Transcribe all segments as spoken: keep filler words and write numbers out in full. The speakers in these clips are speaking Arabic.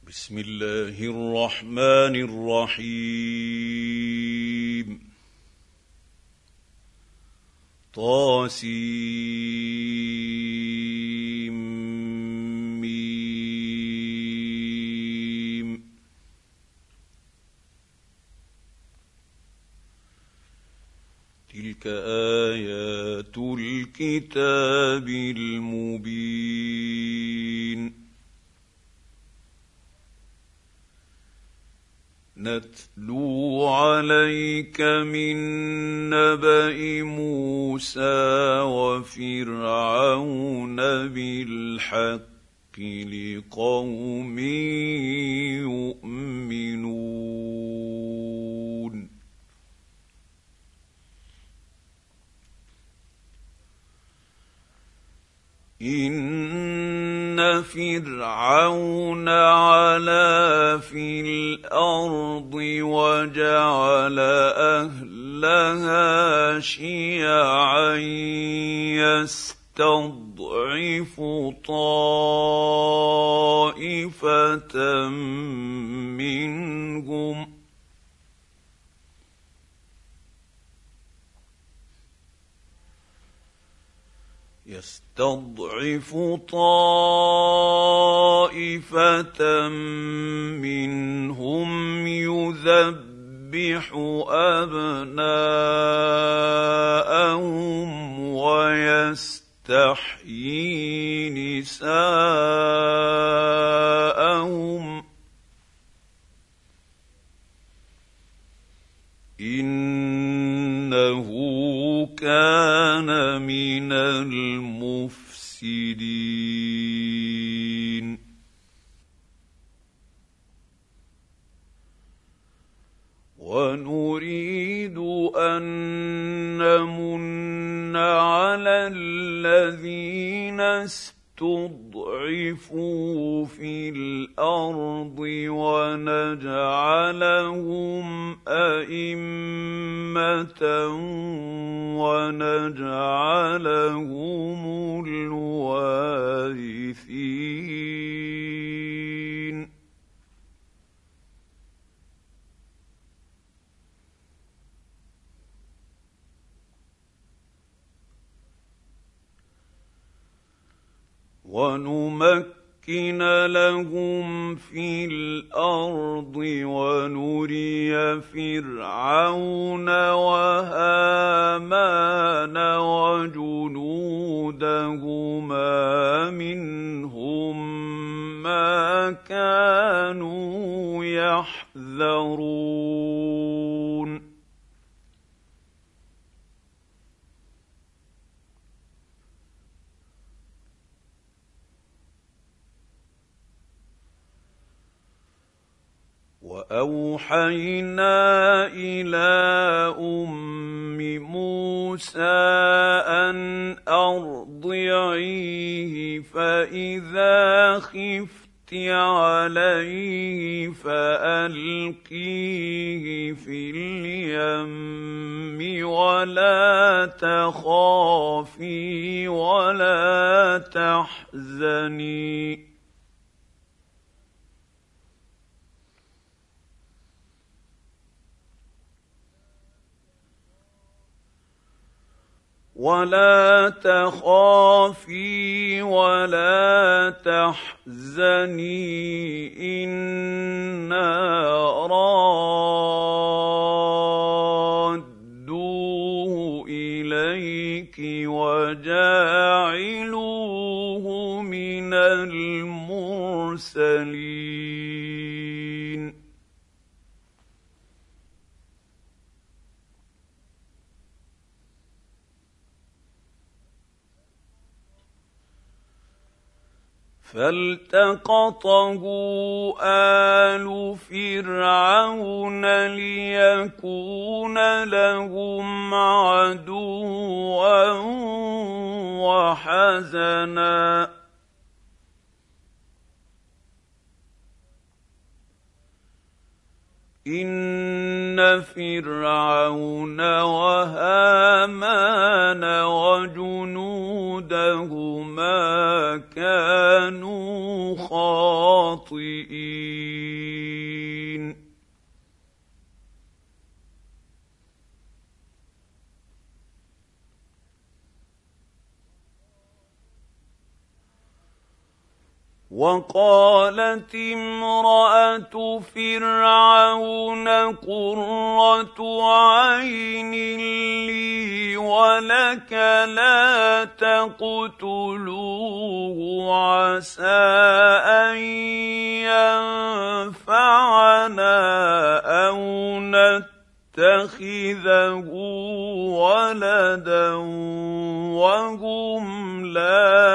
بسم الله الرحمن الرحيم طاسيم ميم تلك آيات الكتاب المبين نتلو عليك من نبأ موسى وفرعون بالحق لقوم يؤمنون إن فرعون علا في الأرض وجعل أهلها شيعا يستضعف طائفة منهم يستضعف طائفة منهم يذبح أبناءهم ويستحيي نساءهم إنه كان من المفسدين ونريد أن نمن على الذين استضعفوا في الأرض ونجعلهم أئمة ونجعلهم الوارثين ونمكن لهم في الأرض ونري فرعون وهامان وجنودهما منهم ما كانوا يحذرون وأوحينا إلى أم موسى أن أرضعيه فإذا خفت عليه فألقيه في اليم ولا تخافي ولا تحزني ولا تخافي ولا تحزني إنا رادوه إليك وجاعلوه من المرسلين فالتقطه آل فرعون ليكون لهم عدوا وحزنا إن فرعون وهامان وجنودهما فكانوا خاطئين. وقالت امرأة فرعون قرة عين لي ولك لا تقتلوه عسى أن ينفعنا أو نتخذه ولدا وهم لا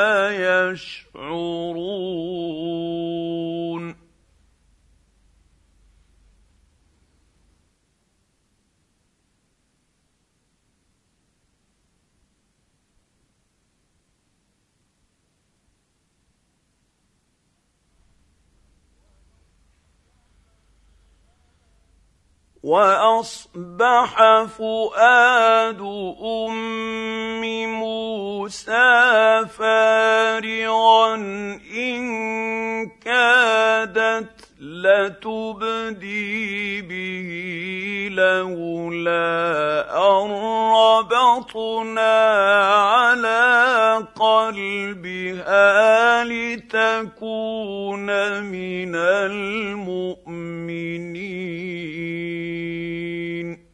يشعرون. وأصبح فؤاد أم موسى فارغا إن كادت لتبدي به لولا أن ربطنا على قلبها لتكون من المؤمنين.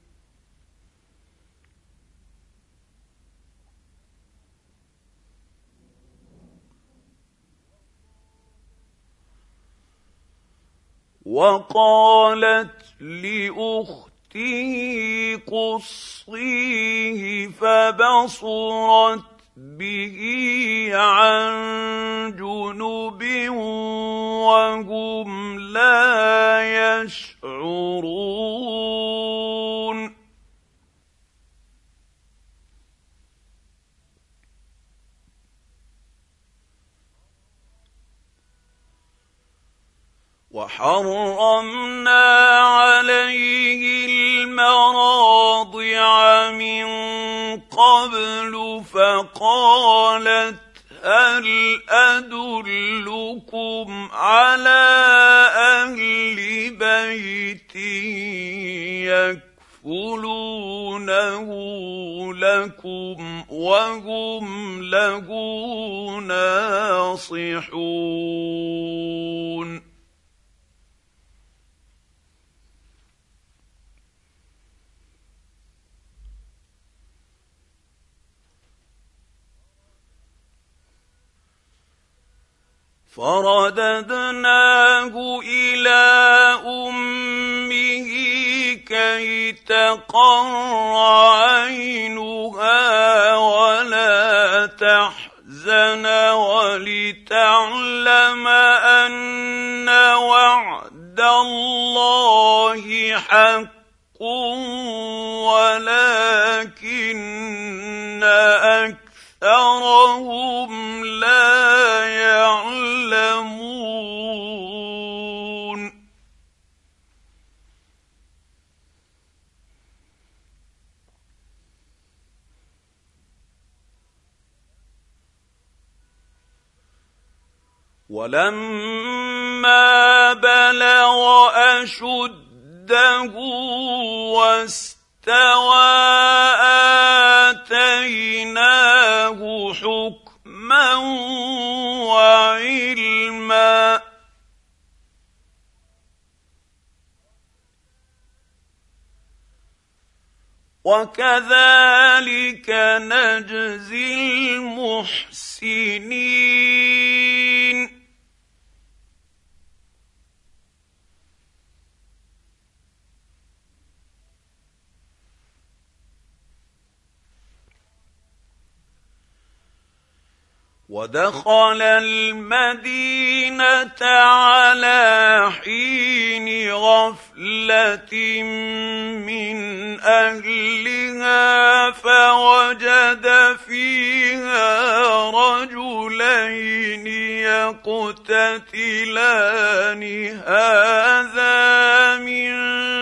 وقالت لأخته قصيه فبصرت به عن جنب وهم لا يشعرون. وحرمنا عليه المراضع من قبل فقالت هل أدلكم على أهل بيت يكفلونه لكم وهم له ناصحون. فرددناه إلى أمه كي تقر عينها ولا تحزن ولتعلم أن وعد الله حق ولكن أكثرهم لا يعلمون. ولما بلغ أشده واستوى آتيناه حكما وعلما وكذلك نجزي المحسنين. ودخل المدينة على حين غفلة من أهلها فوجد فيها رجلين يقتتلان هذا من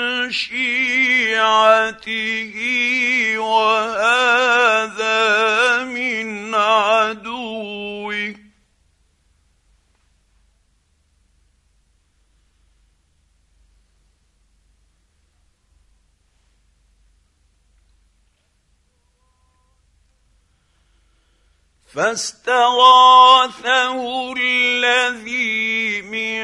شيعته وهذا من عدوه فاستغاثه الذي من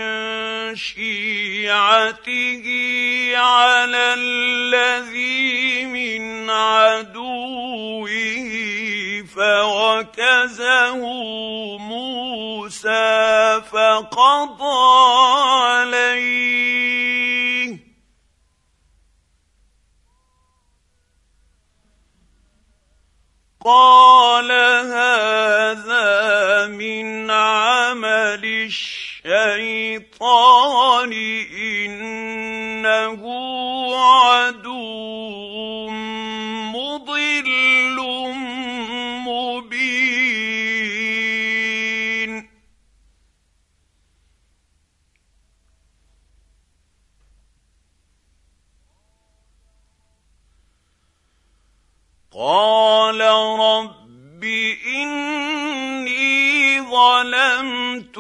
شيعته على الذي من عدوه فوكزه موسى فقضى عليه قال هذا من عمل الشيطان إنه عدو مضل مبين. قال رب إني ظلمت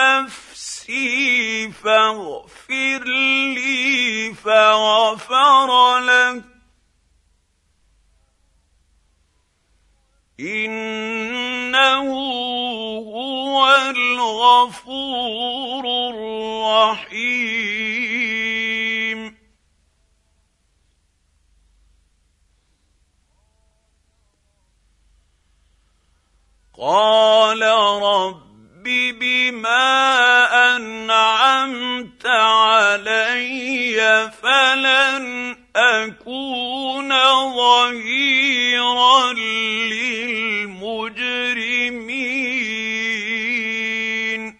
نفسي فاغفر لي فغفر له إنه هو الغفور الرحيم. قال رب بما أنعمت علي فلن أكون ظهيرا للمجرمين.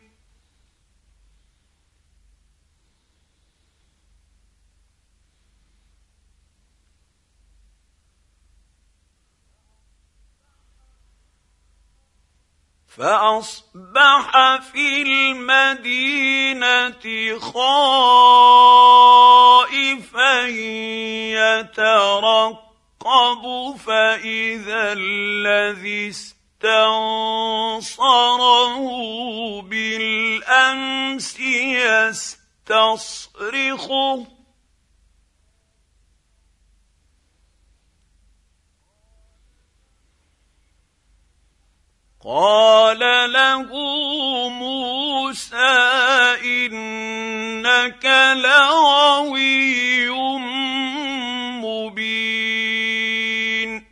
فأصبح في المدينة خائفا يترقب فإذا الذي استنصره بالأمس يستصرخه قال له موسى إنك لغوي مبين.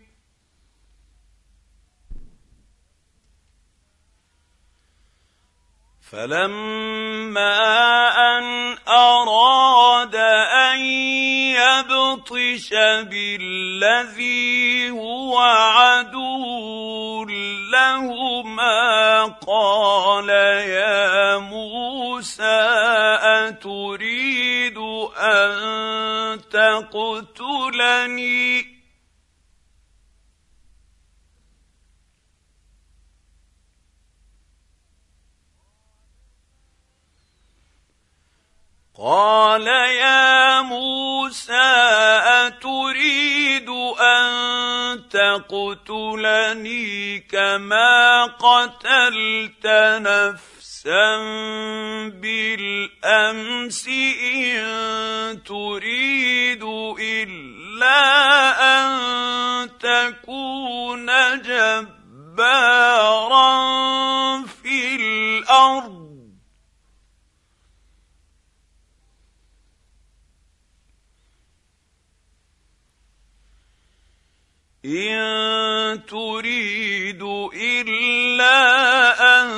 فلما أن أراد أن يبطش بالذي هو عدو لهما قال يا موسى أتريد أن تقتلني قال يا موسى أتريد أن تقتلني كما قتلت نفسا بالأمس إن تريد إلا أن تكون جبارا في الأرض إن تريد إلا أن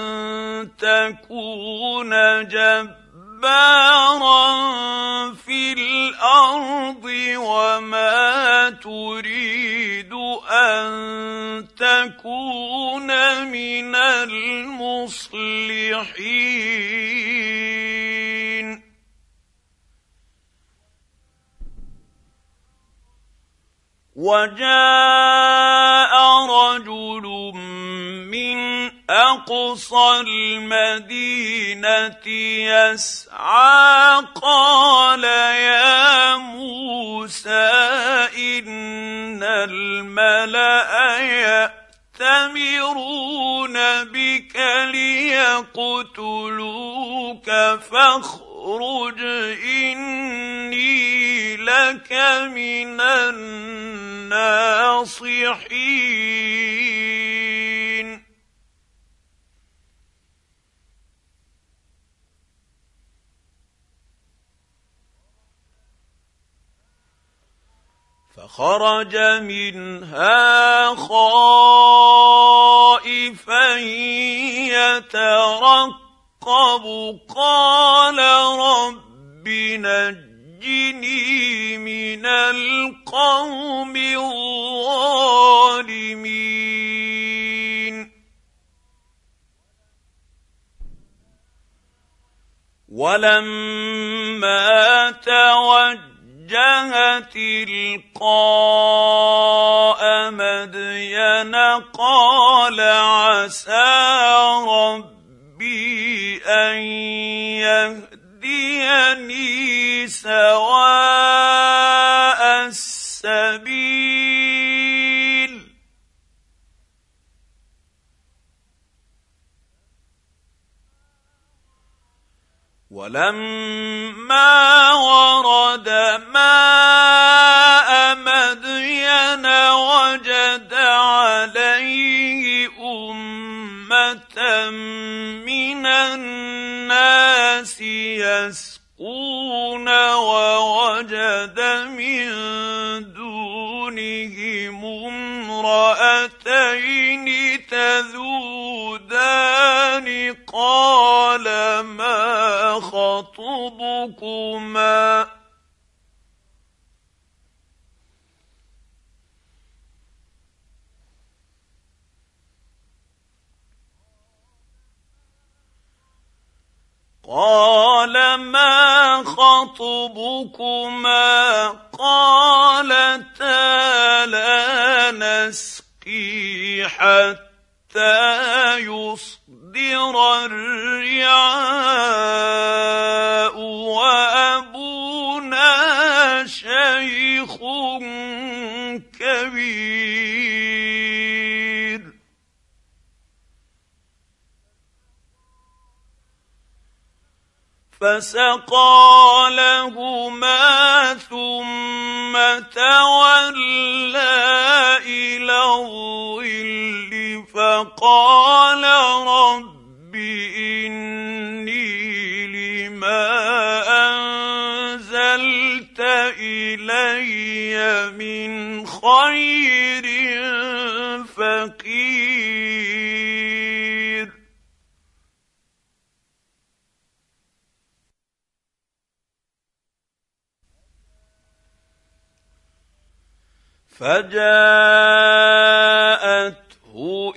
تكون جبارا في الأرض وما تريد أن تكون من المصلحين. وجاء رجل من أقصى المدينة يسعى قال يا موسى إن الملأ يأتمرون بك ليقتلوك فاخرج إني لك من الناصحين. فخرج منها خائفا يترقب قال رب نجني من القوم الظالمين ولما توجه تلقاء مدين قال عسى ربي أن يهديني سواء السبيل ولما ورد ماء مدين وجد عليه أمة من الناس يسقون ووجد من دونهم امرأتين تذودان قال ما خطبكما قال ما خطبكما قالتا لا نسقي حتى يصدر الرعاء وأبونا شيخ كبير فسقى لهما ثم تولى إلى الظل فقال رب إني لما أنزلت إلي من خير فقير فجاءته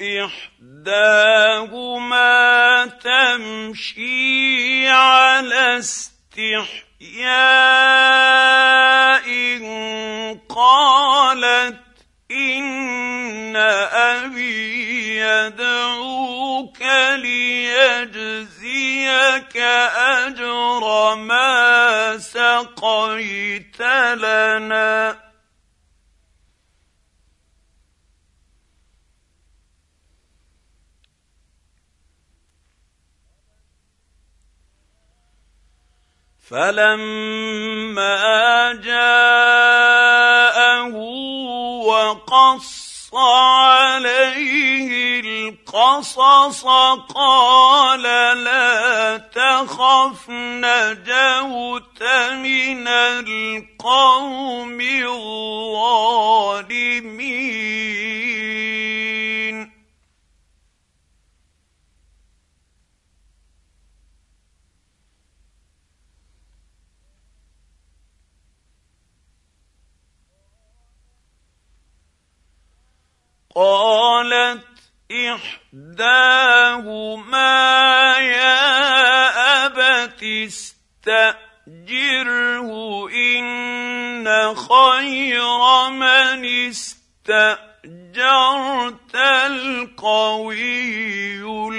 إحداهما تمشي على استحياء قالت إن أبي يدعوك ليجزيك أجر ما سقيت لنا فلما جاءه وقص عليه القصص قال لا تخف نجوت من القوم الظالمين قالت إحداهما يا أبت استأجره إن خير من استأجرت القوي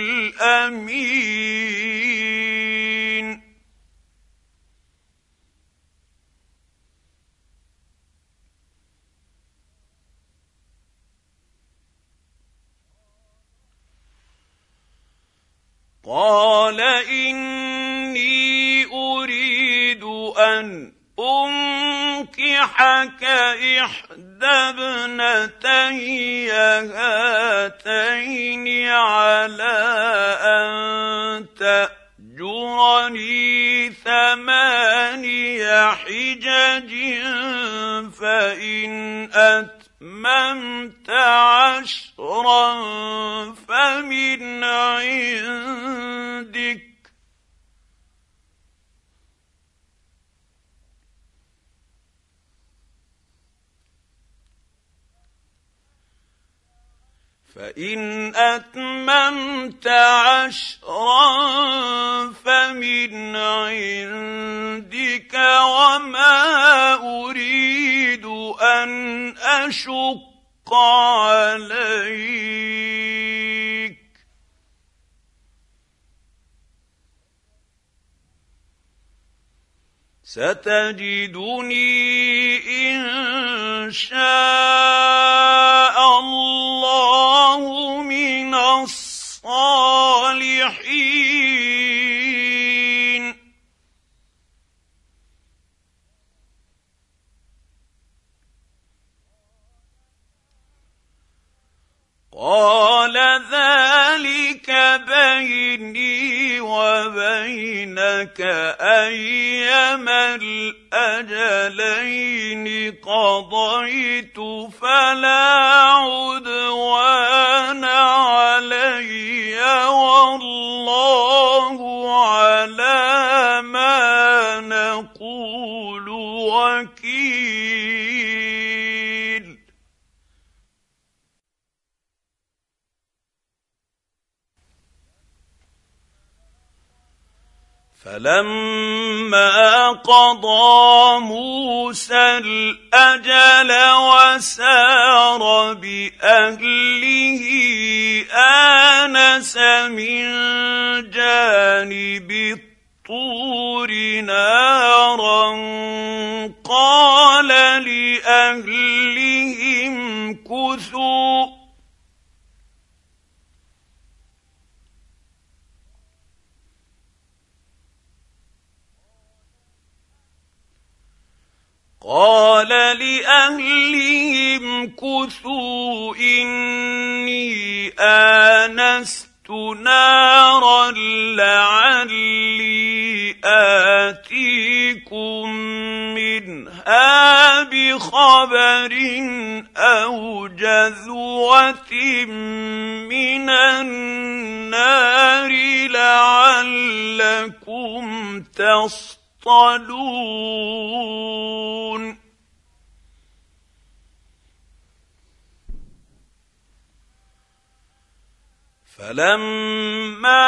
الأمين قال إني أريد أن أنكحك إحدى ابنتي هاتين على أن تأجرني فأجرني ثماني حجج فإن أتممت عشرا فمن عندك فإن أتممت عشرا فمن عندك وما أريد أن أشق عليك ستجدني إن شاء الله من الصالحين قال ذلك بيني وبينك أيما الأجلين قضيت فلا عدوان علي والله على ما نقول وكيل فلما قضى موسى الأجل وسار بأهله آنس من جانب الطور نارا قال لأهلهم كثوا قال لأهلهم كثوا إني آنست نارا لعلي آتيكم منها بخبر أو جذوة من النار لعلكم تصطلون فلما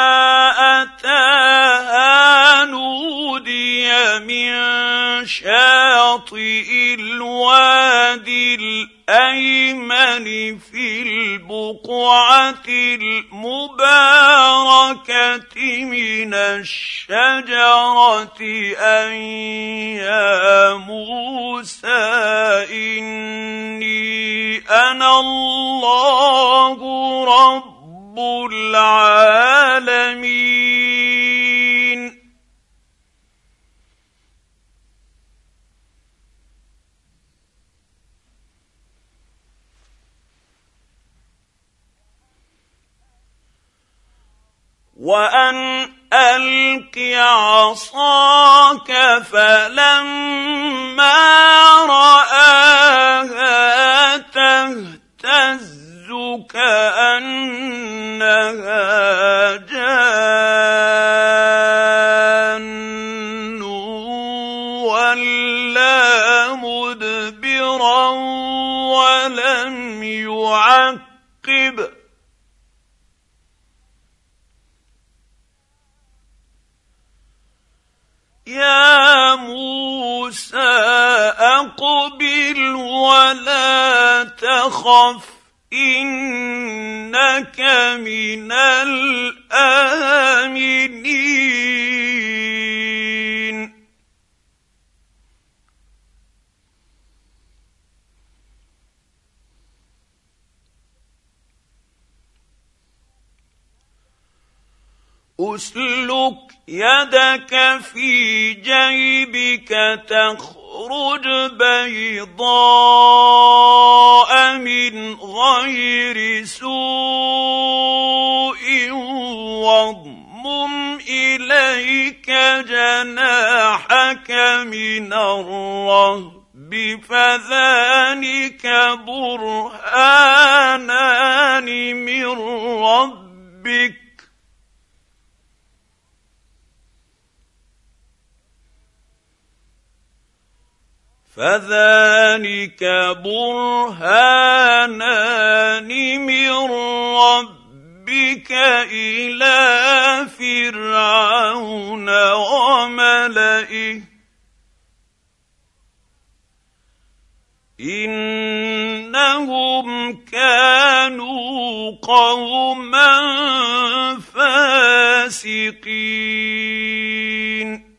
أتاها نودي من شاطئ الوادي الأيمن في البقعة المباركة من الشجرة أن يا موسى إني أنا الله رب العالمين وأن ألق عصاك فلما رآها تهتز كأنها جان ولا مدبرا ولم يعقب يا موسى أقبل ولا تخف إنك من الآمنين أسلك يدك في جيبك تخرج بيضاء من غير سوء واضمم واضمم إليك جناحك من الرهب فذلك برهانان من ربك فذلك برهانان من ربك إلى فرعون وملئه إنهم كانوا قوما فاسقين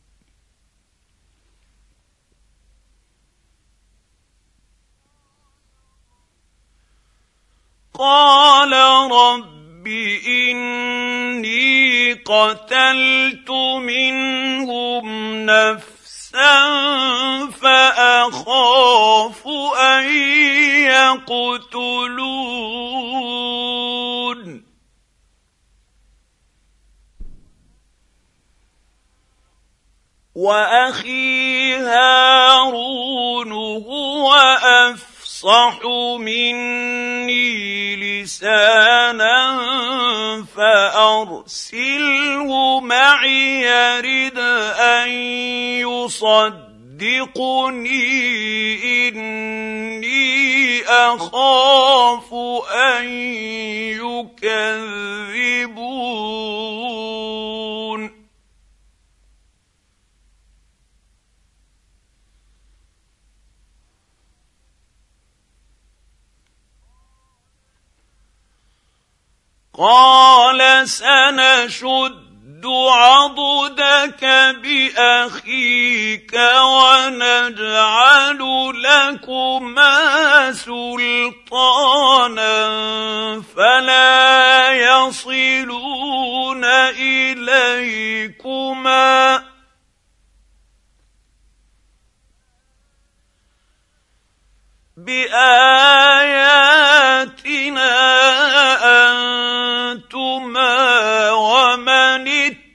قال رب إني قتلت منهم نفسا فأخاف أن يقتلون وأخي هارون هو أفصح مني لسانا فأرسله معي يرد أن يصدقني إني أخاف أن يكذبون قال سنشد عضدك بأخيك ونجعل لكما سلطانا فلا يصلون إليكما بآياتنا أنتما ومن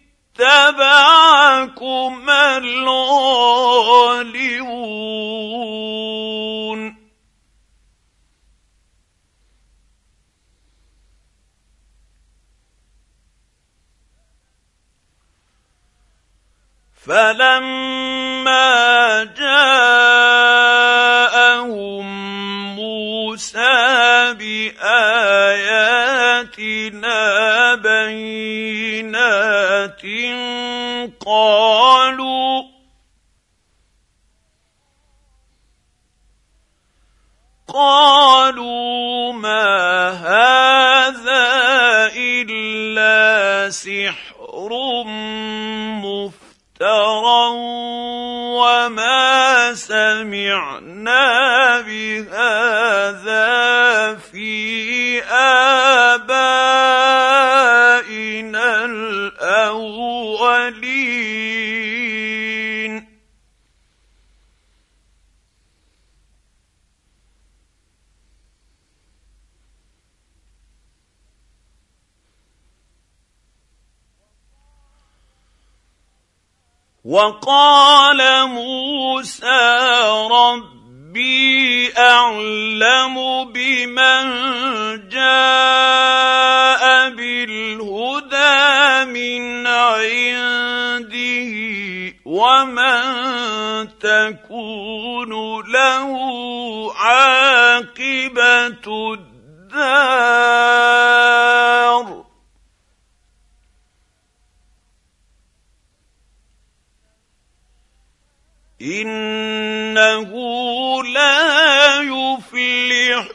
اتبعكما الغالبون فلما جاءهم موسى بآياتنا بينات قالوا قالوا ما هذا إلا سحر مفترى وما سمعنا بهذا في آبائنا الأولين وقال موسى ربي أعلم بمن جاء بالهدى من عنده ومن تكون له عاقبة الدار إنه لا يفلح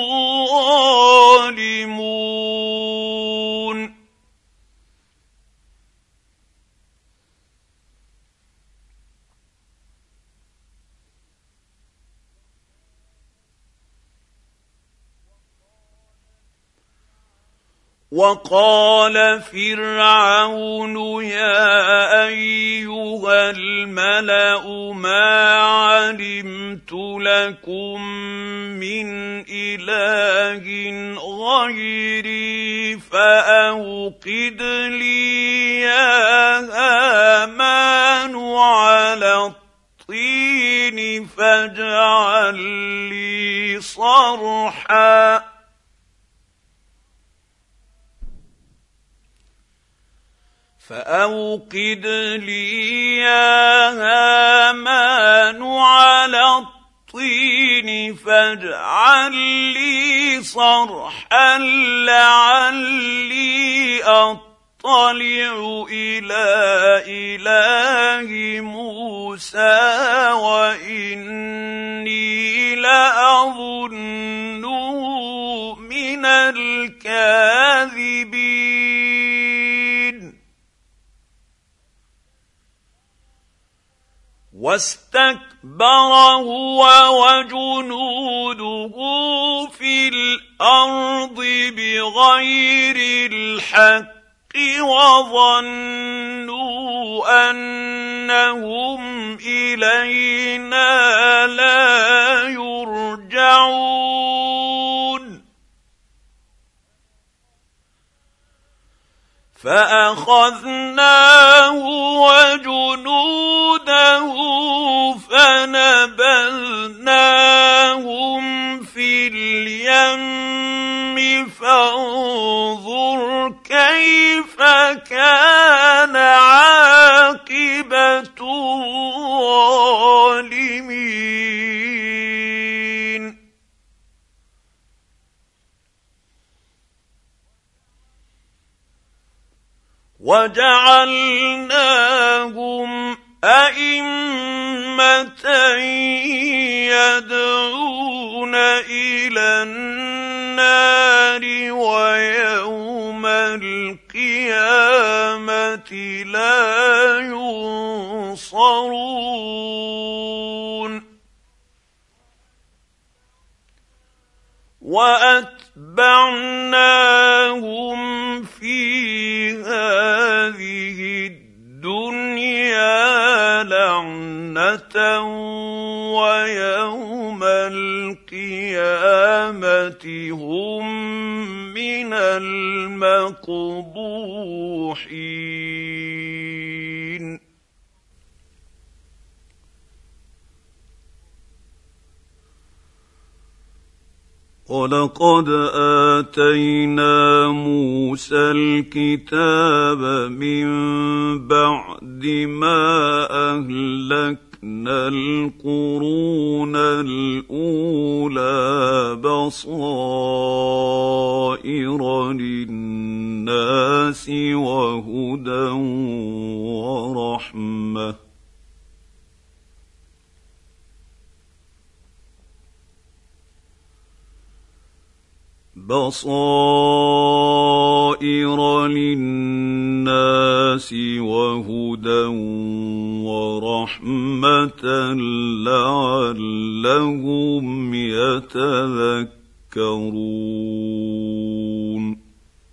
الظالمون وقال فرعون يا أيها الملأ ما علمت لكم من إله غيري فأوقد لي يا هامان على الطين فاجعل لي صرحا فأوقد لي يا هامان على الطين فاجعل لي صرحا لعلي أطلع إلى إله موسى وإني لأظنه من الكاذبين واستكبر هو وجنوده في الأرض بغير الحق وظنوا أنهم إلينا لا يرجعون فأخذناه وجنوده فنبذناهم في اليم فانظر كيف كان عاقبة الظالمين وجعلناهم أئمة يدعون إلى النار ويوم القيامة لا ينصرون وأتبعناهم في هذه الدنيا لعنة ويوم القيامة هم من المقبوحين ولقد آتينا موسى الكتاب من بعد ما أهلكنا القرون الأولى بصائر للناس وهدى ورحمة بصائر للناس وهدى ورحمة لعلهم يتذكرون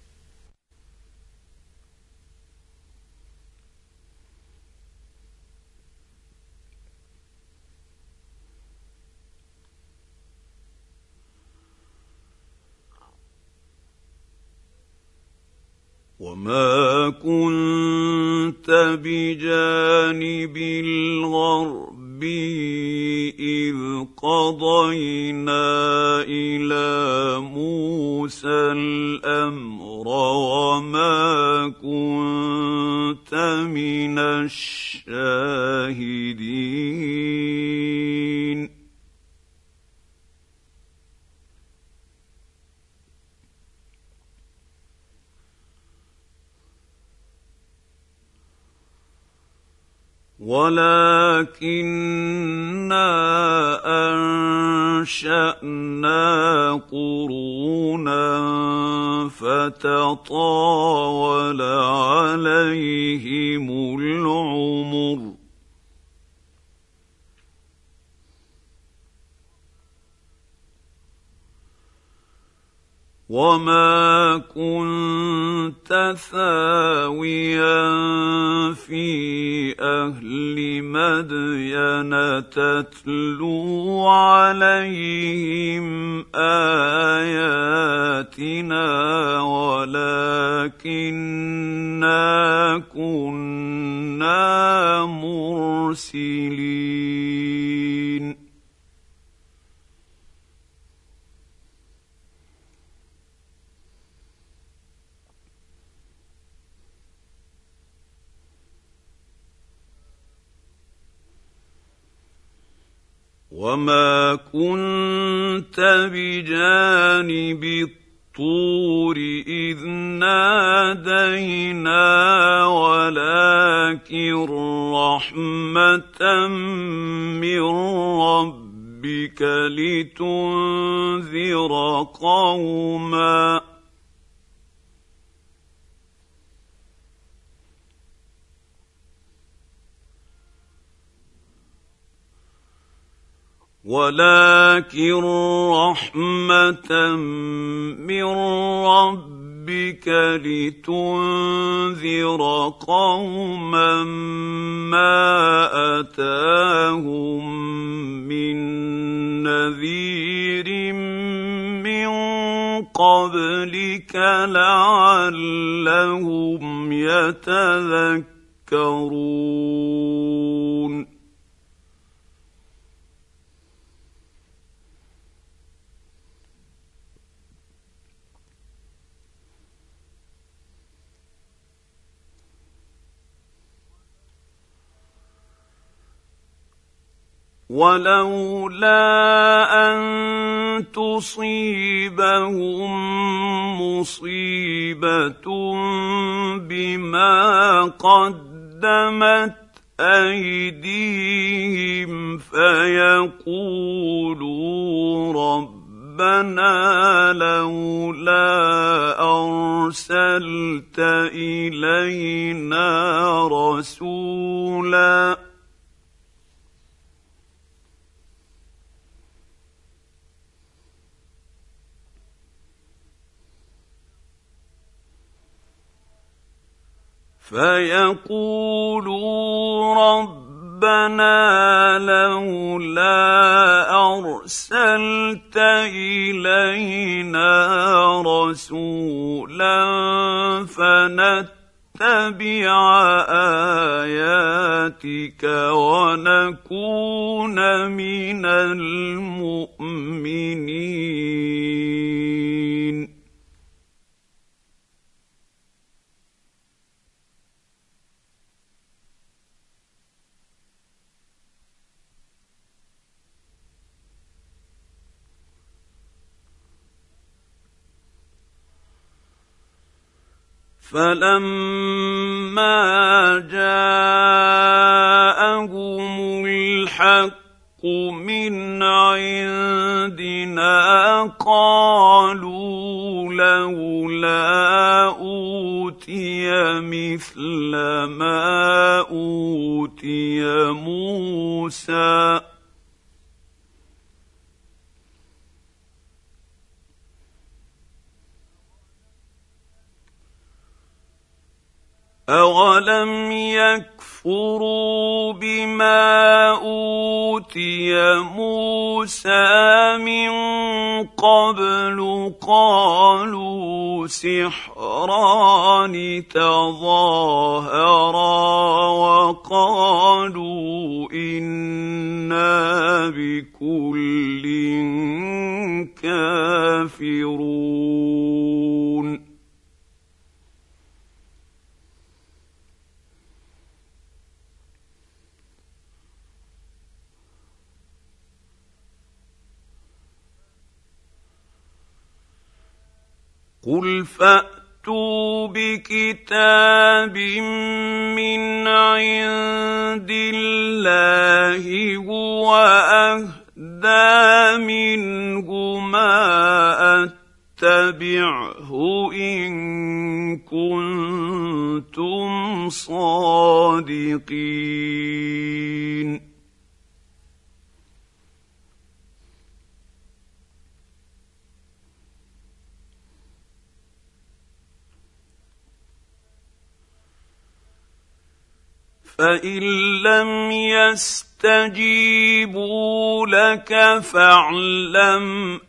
وما كنت بجانب الغرب إذ قضينا إلى موسى الأمر وما كنت من الشاهدين ولكننا أنشأنا قرونا فتطاول عليهم العمر وما كنت ثاويا في اهل مدين تتلو عليهم اياتنا ولكنا كنا مرسلين وما كنت بجانب الطور إذ نادينا ولكن رحمة من ربك لتنذر قوما ولكن رحمة من ربك لتنذر قوما ما أتاهم من نذير من قبلك لعلهم يتذكرون ولولا أن تصيبهم مصيبة بما قدمت أيديهم فيقولوا ربنا لولا أرسلت إلينا رسولا فيقولوا ربنا لولا أرسلت إلينا رسولا فنتبع آياتك ونكون من المؤمنين فلما جاءهم الحق من عندنا قالوا لولا أوتي مثل ما أوتي موسى أولم يكفروا بما أوتي موسى من قبل قالوا سحران تظاهرا وقالوا إنا بكل كافرون قل فأتوا بكتاب من عند الله هو أهدى منهما أتبعه إن كنتم صادقين فان لم يستجيبوا لك فاعلم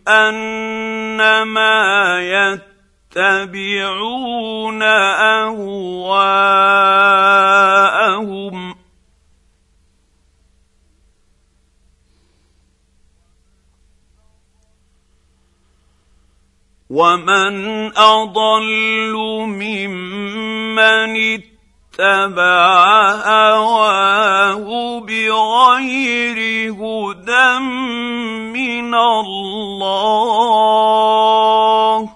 انما يتبعون اهواءهم ومن اضل ممن اتبع هواه بغير هدى من الله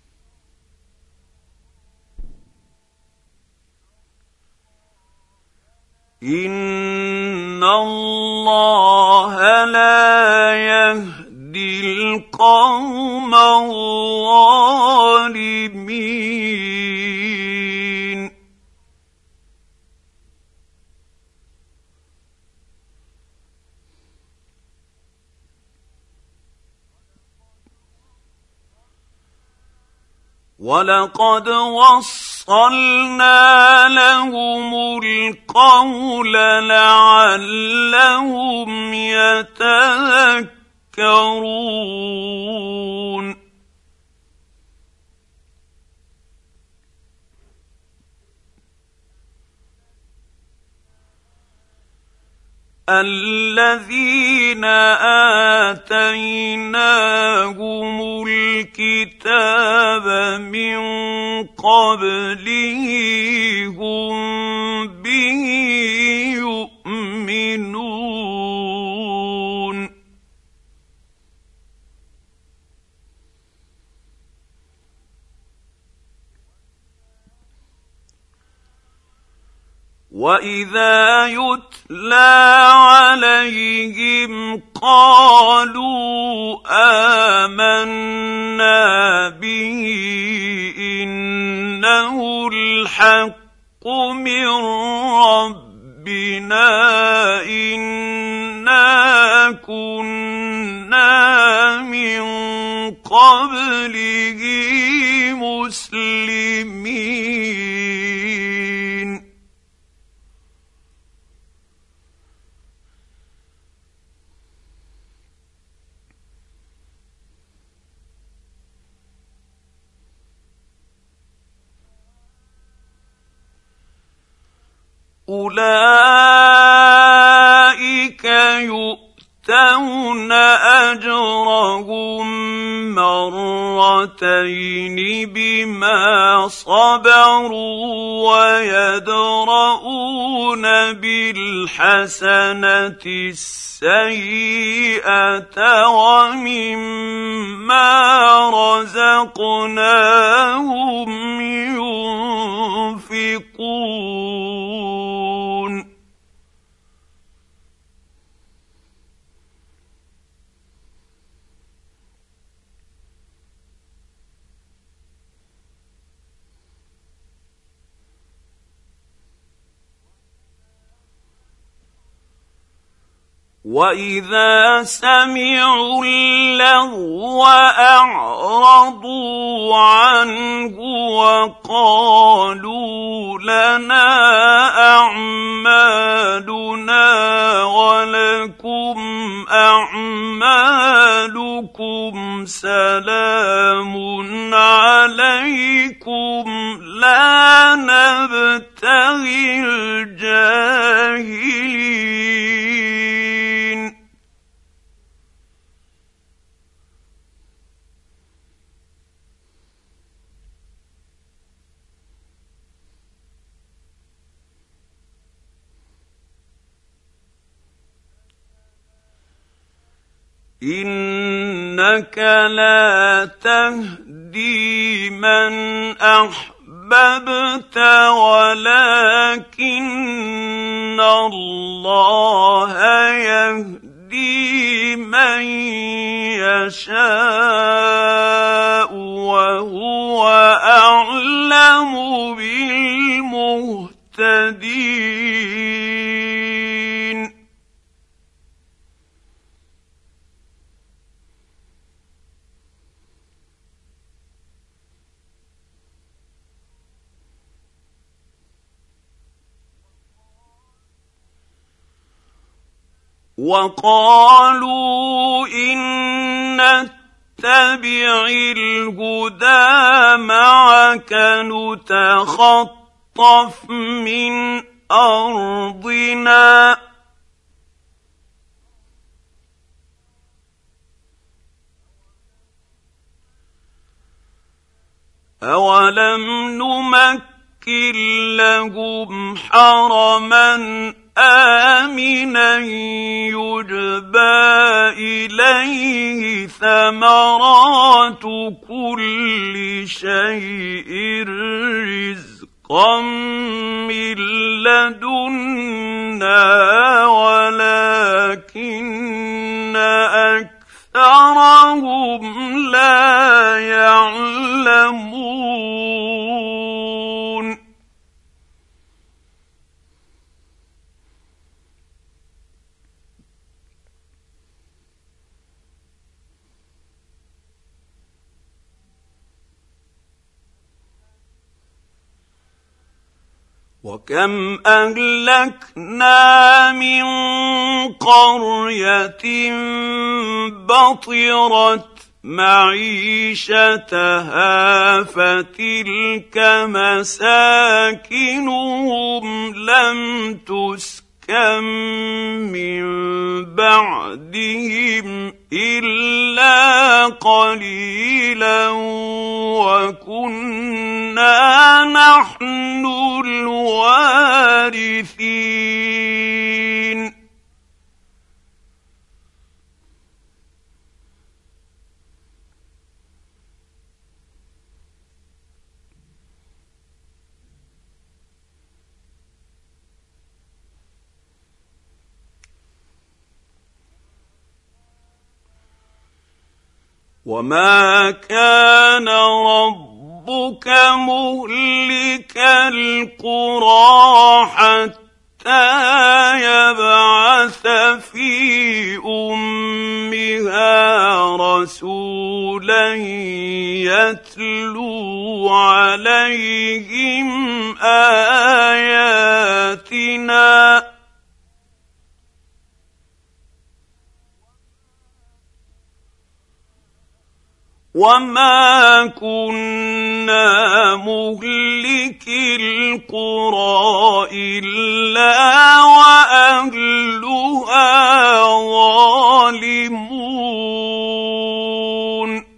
ان الله لا يهدي القوم الظالمين ولقد وصلنا لهم القول لعلهم يتذكرون الذين آتيناهم الكتاب من قبله هم به يؤمنون وإذا يتلى عليهم قالوا آمنا به إنه الحق من ربنا إنا كنا من قبله مسلمين أولئك يؤتون أجرهم مرتين بما صبروا ويدرؤون بالحسنة السيئة ومما رزقناهم ينفقون وإذا سمعوا اللغو أعرضوا عنه وقالوا لنا أعمالنا ولكم أعمالكم سلام عليكم لا نبتغي الجاهلين إنك لا تهدي من أحببت ولكن الله يهدي من يشاء وهو أعلم بالمهتدين وقالوا إن نتبع الهدى معك نتخطف من أرضنا أولم نمكن لهم حرما آمنا يجبى إليه ثمرات كل شيء رزقا من لدنا ولكن أكثرهم لا يعلمون وكم أهلكنا من قرية بطرت معيشتها فتلك مساكنهم لم تسكن من بعدهم إلا قليلا وكنا نحن الوارثين وما كان ربك مهلك القرى حتى يبعث في أمها رسولا يتلو عليهم آياتنا وما كنا مهلكي القرى إلا وأهلها ظالمون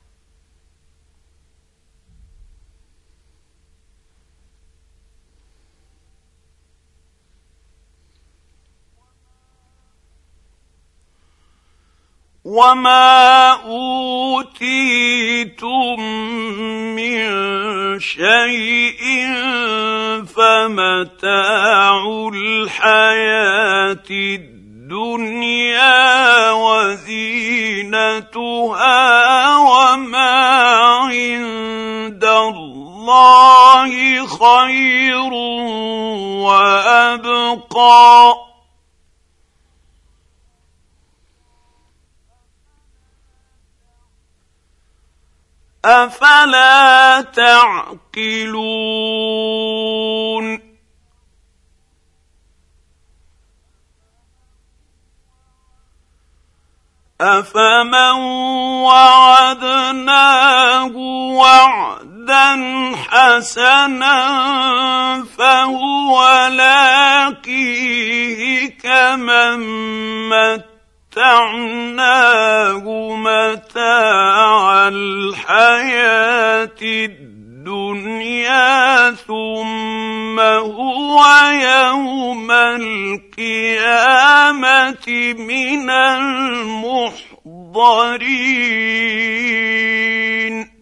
وما أوتيتم من شيء فمتاع الحياة الدنيا وزينتها وما عند الله خير وأبقى أفلا تعقلون أفمن وعدناه وعدا حسنا فهو لاقيه كمن متعناه متاع الحياة الدنيا ثم هو يوم القيامة من المحضرين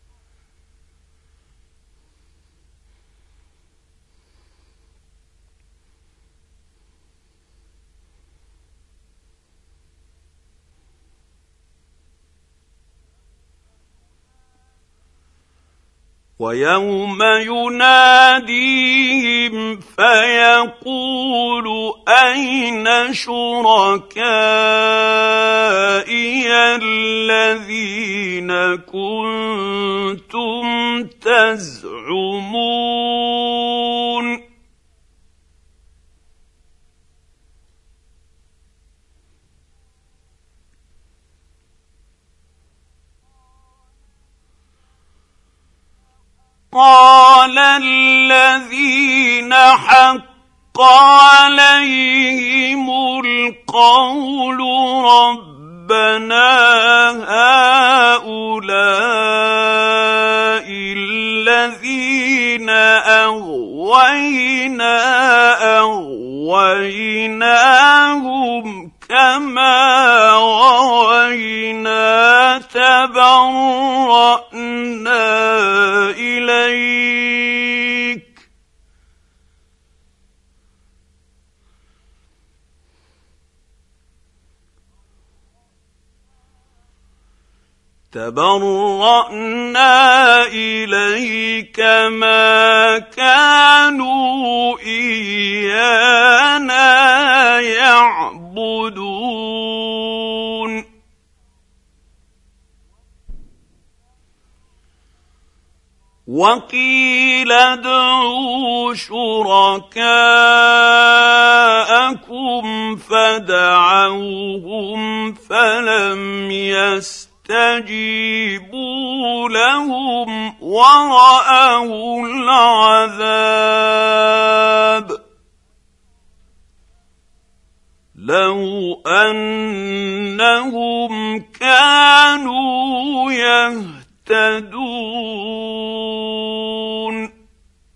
ويوم يناديهم فيقول أين شركائي الذين كنتم تزعمون قال الذين حق عليهم القول ربنا هؤلاء الذين أغوينا أغويناهم كما غوينا تبرأنا إليك تبرأنا إليك ما كانوا إيانا يعبدون وقيل ادعوا شركاءكم فدعوهم فلم يستجيبوا لهم ورأوا العذاب لو أنهم كانوا يهتدون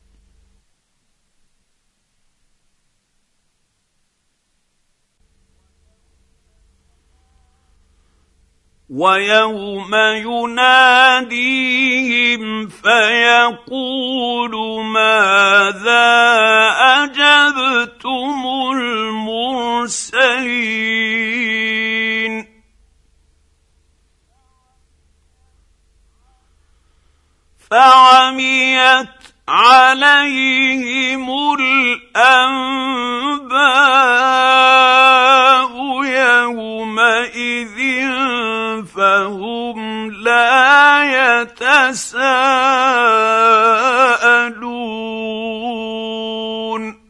ويوم يناديهم فيقول ماذا أجبتم المرسلين فعميت عليهم الأنباء يومئذ فهم لا يتساءلون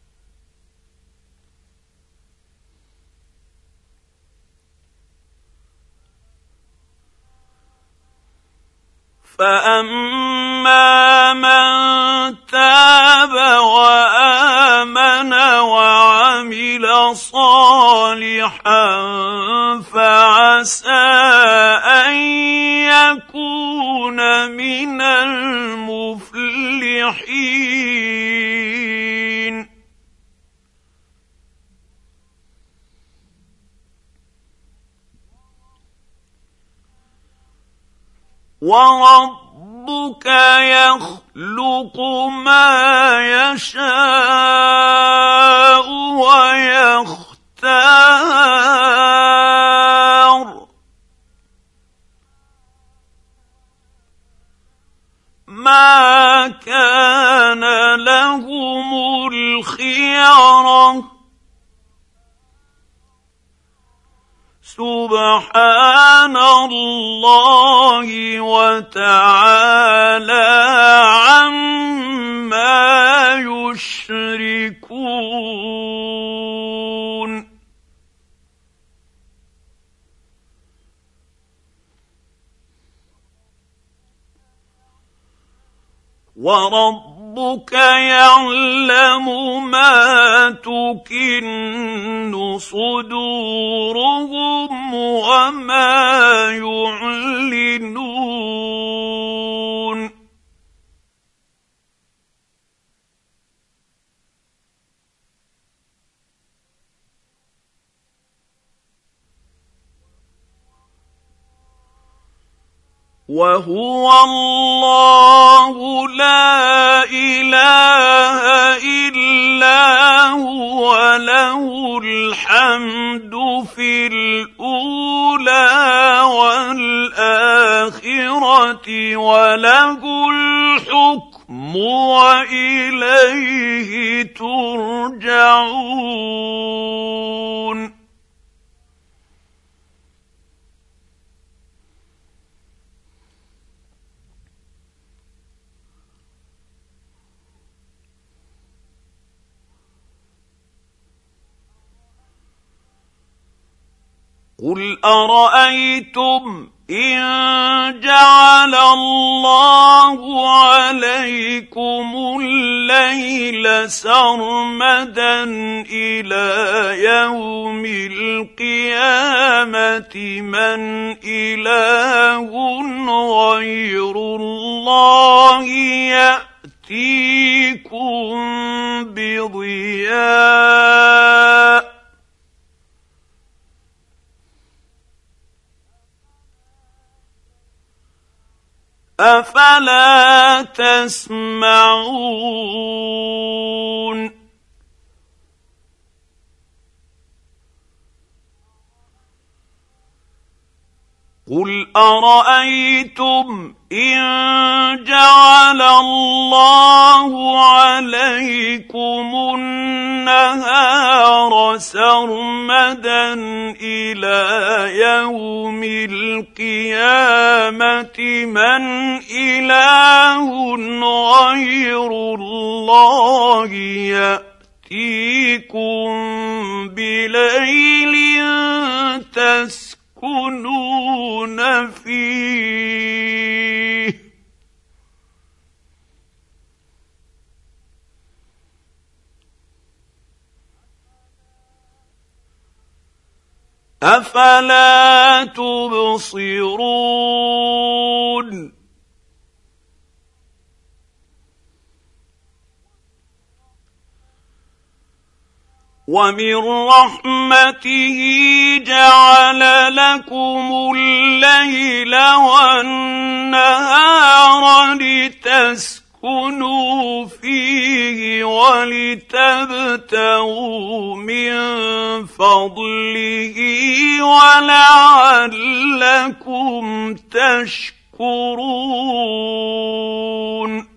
فأما من تاب وآمن وعمل صالحا فعسى أن يكون من المفلحين وربك يخلق ما يشاء ويختار ما كان لهم الخيرة سبحان الله وتعالى عما يشركون وربك يعلم ما تكن صدورهم وما يعلنون وهو الله لا إله إلا هو له الحمد في الأولى والآخرة وله الحكم وإليه ترجعون قل أرأيتم إن جعل الله عليكم الليل سرمدا إلى يوم القيامة من إله غير الله يأتيكم بضياء أفلا تسمعون قل أرأيتم إن جعل الله عليكم النهار سرمدا إلى يوم القيامة من إله غير الله يأتيكم بليل تسكنون فيه أفلا تبصرون ومن رحمته جعل لكم الليل والنهار لتسكنوا فيه ولتبتغوا من فضله ولعلكم تشكرون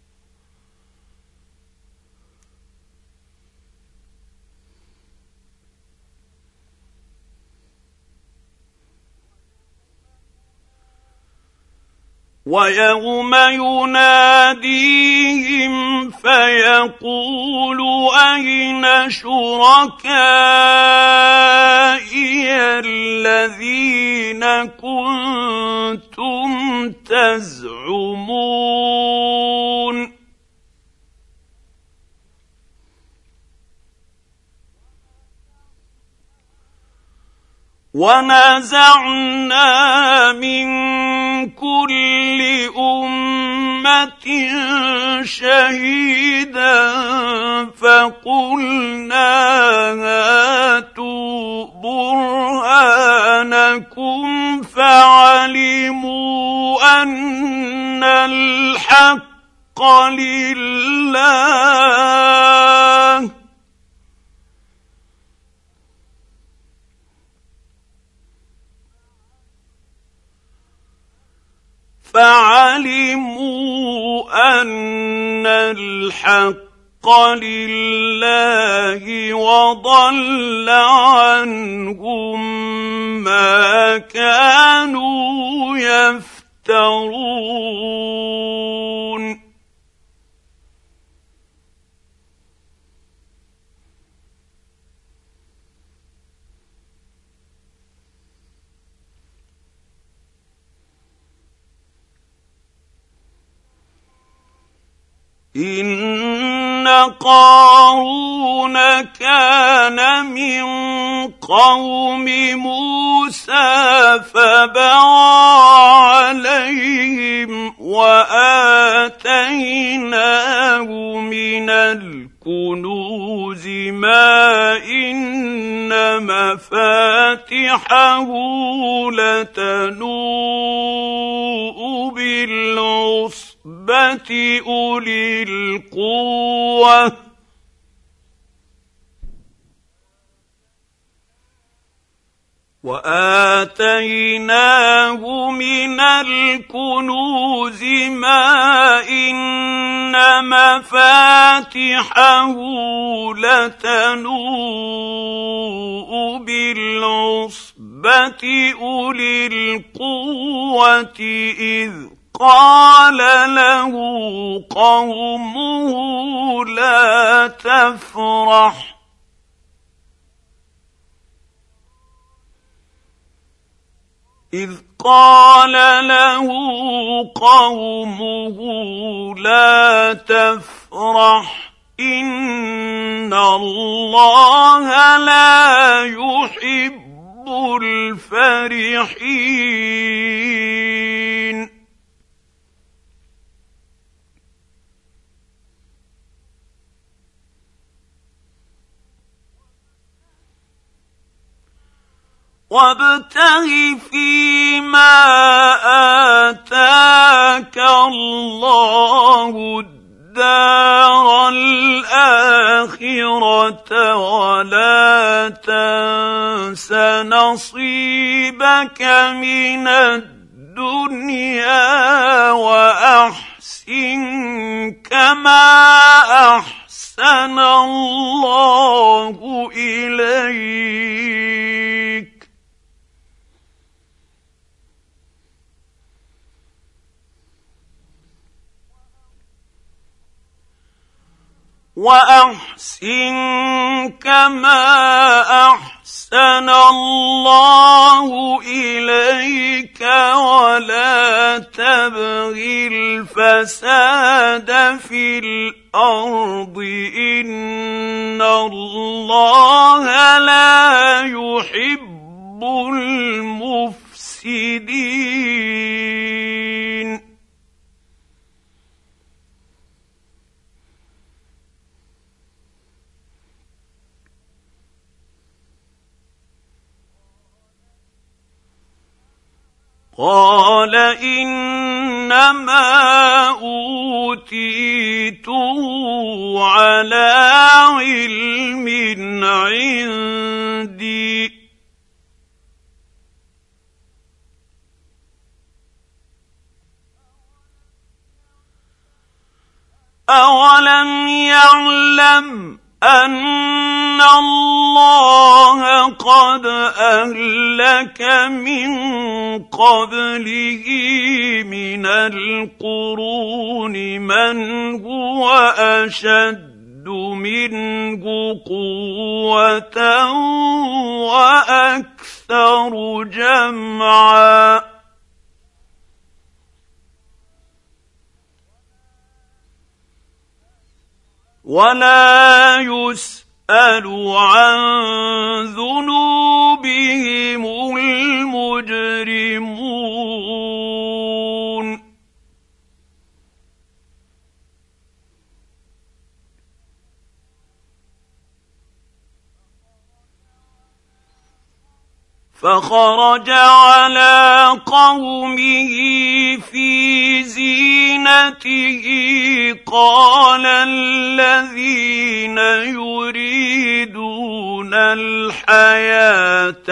ويوم يناديهم فيقول أين شركائي الذين كنتم تزعمون ونزعنا من كل أمة شهيدا فقلنا هاتوا برهانكم فعلموا أن الحق لله فعلموا أن الحق لله وضل عنهم ما كانوا يفترون إن قارون كان من قوم موسى فبغى عليهم وآتيناه من الكنوز ما إن مفاتحه لتنوء بالعصبة أولي القوة وآتيناه من الكنوز ما إن مفاتحه لتنوء بالعصبة أولي القوة إذ قال له قومه لا تفرح إذ قال له قومه لا تفرح إن الله لا يحب الفرحين وابتغ فيما آتاك الله الدار الآخرة ولا تنس نصيبك من الدنيا وأحسن كما أحسن الله إليك وأحسن كما أحسن الله إليك ولا تبغ الفساد في الأرض إن الله لا يحب المفسدين قال إنما أوتيته على علم عندي أولم يعلم أن الله قد أهلك من قبله من القرون من هو أشد منه قوة وأكثر جمعا ولا يسأل عن ذنوبهم المجرمون فخرج على قومه في زينته قال الذين يريدون الحياة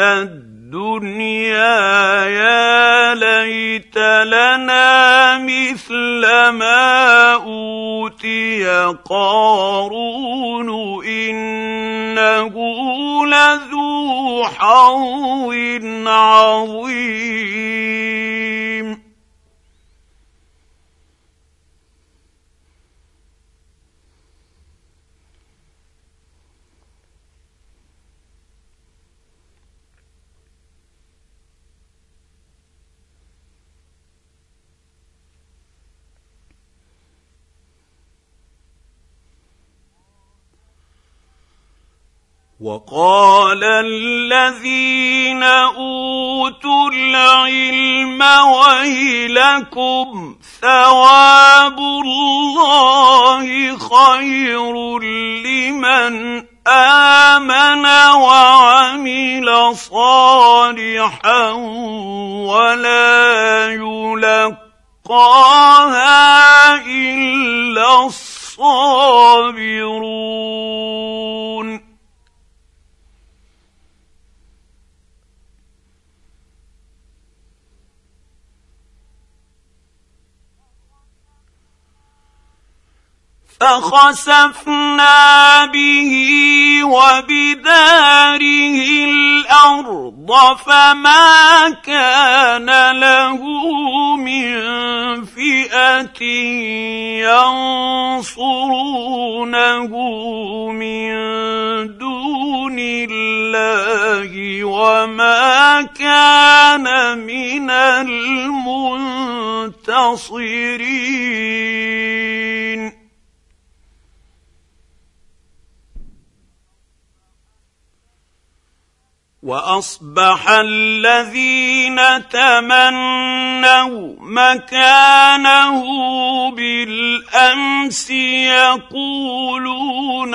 الدنيا يا ليت لنا مثل ما أوتي قارون إنه لذو حظ عظيم وقال الذين أوتوا العلم ويلكم ثواب الله خير لمن آمن وعمل صالحا ولا يلقاها إلا الصابرون فخسفنا به وبداره الأرض فما كان له من فئة ينصرونه من دون الله الله وما كان من المنتصرين. وأصبح الذين تمنوا مكانه بالأمس يقولون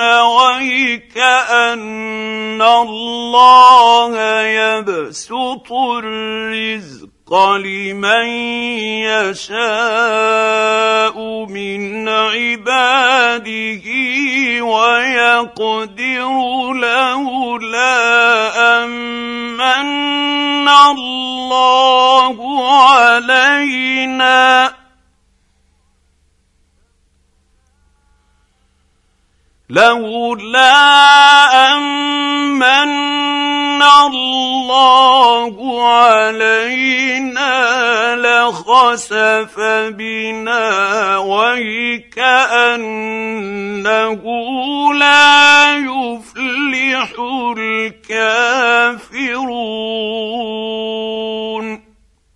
ويكأن الله يبسط الرزق لمن يشاء من عباده ويقدر لولا أمن الله علينا لولا أمن الله علينا لخسف بنا ويكأنه لا يفلح الكافرون.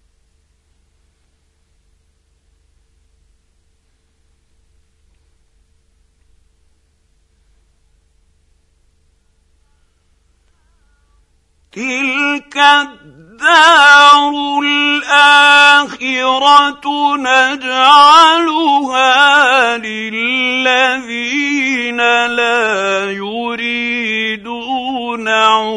تلك الدار الآخرة نجعلها للذين لا يريدون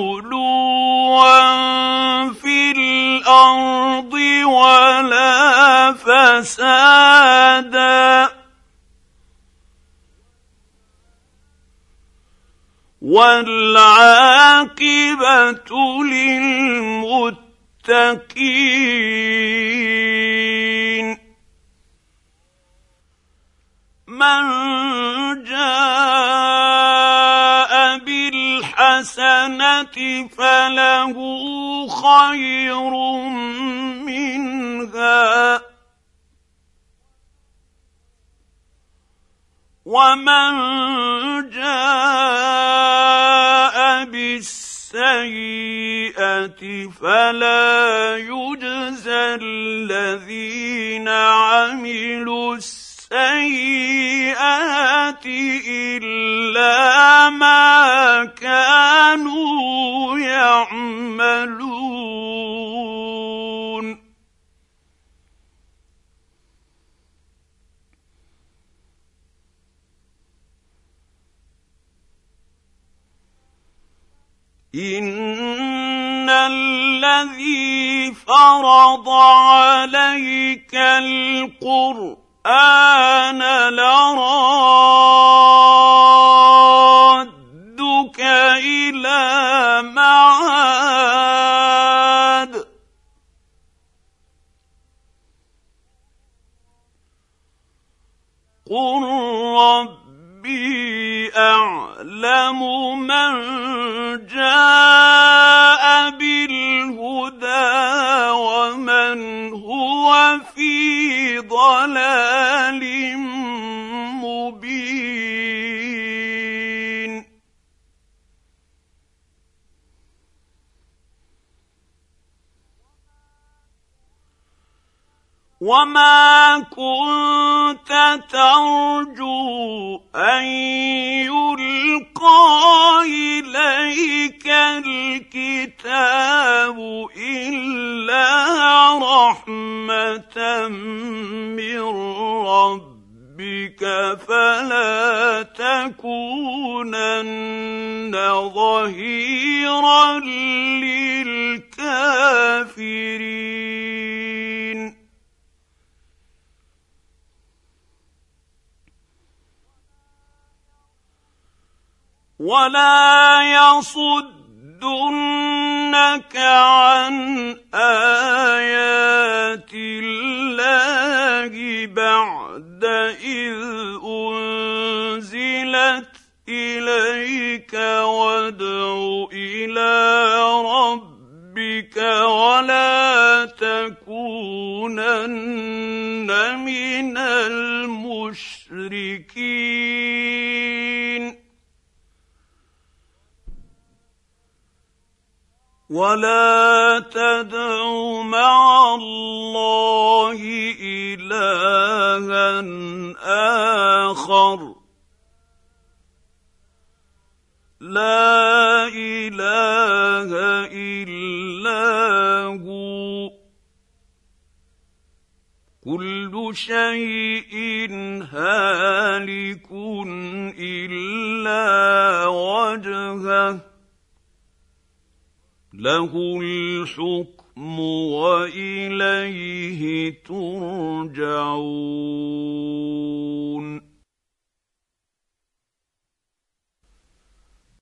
علوا في الأرض ولا فسادا والعاقبة للمتقين. من جاء بالحسنة فله خير منها ومن جاء بالسيئة فلا يجزى الذين عملوا السيئات إلا ما كانوا يعملون. إن الذي فرض عليك القرآن لرادك إلى معاد قل ربي أعلم من جاء بالهدى ومن هو في ضلال مبين. وما كنت ترجو أن يلقى إليك الكتاب إلا رحمة من ربك فلا تكونن ظهيرا للكافرين. ولا يصدنك عن آيات الله بعد إذ أنزلت إليك وادع إلى ربك ولا تكونن من المشركين. المشركين. ولا تدع مع الله إلها آخر لا إله إلا هو كل شيء هالك إلا وجهه له الحكم وإليه ترجعون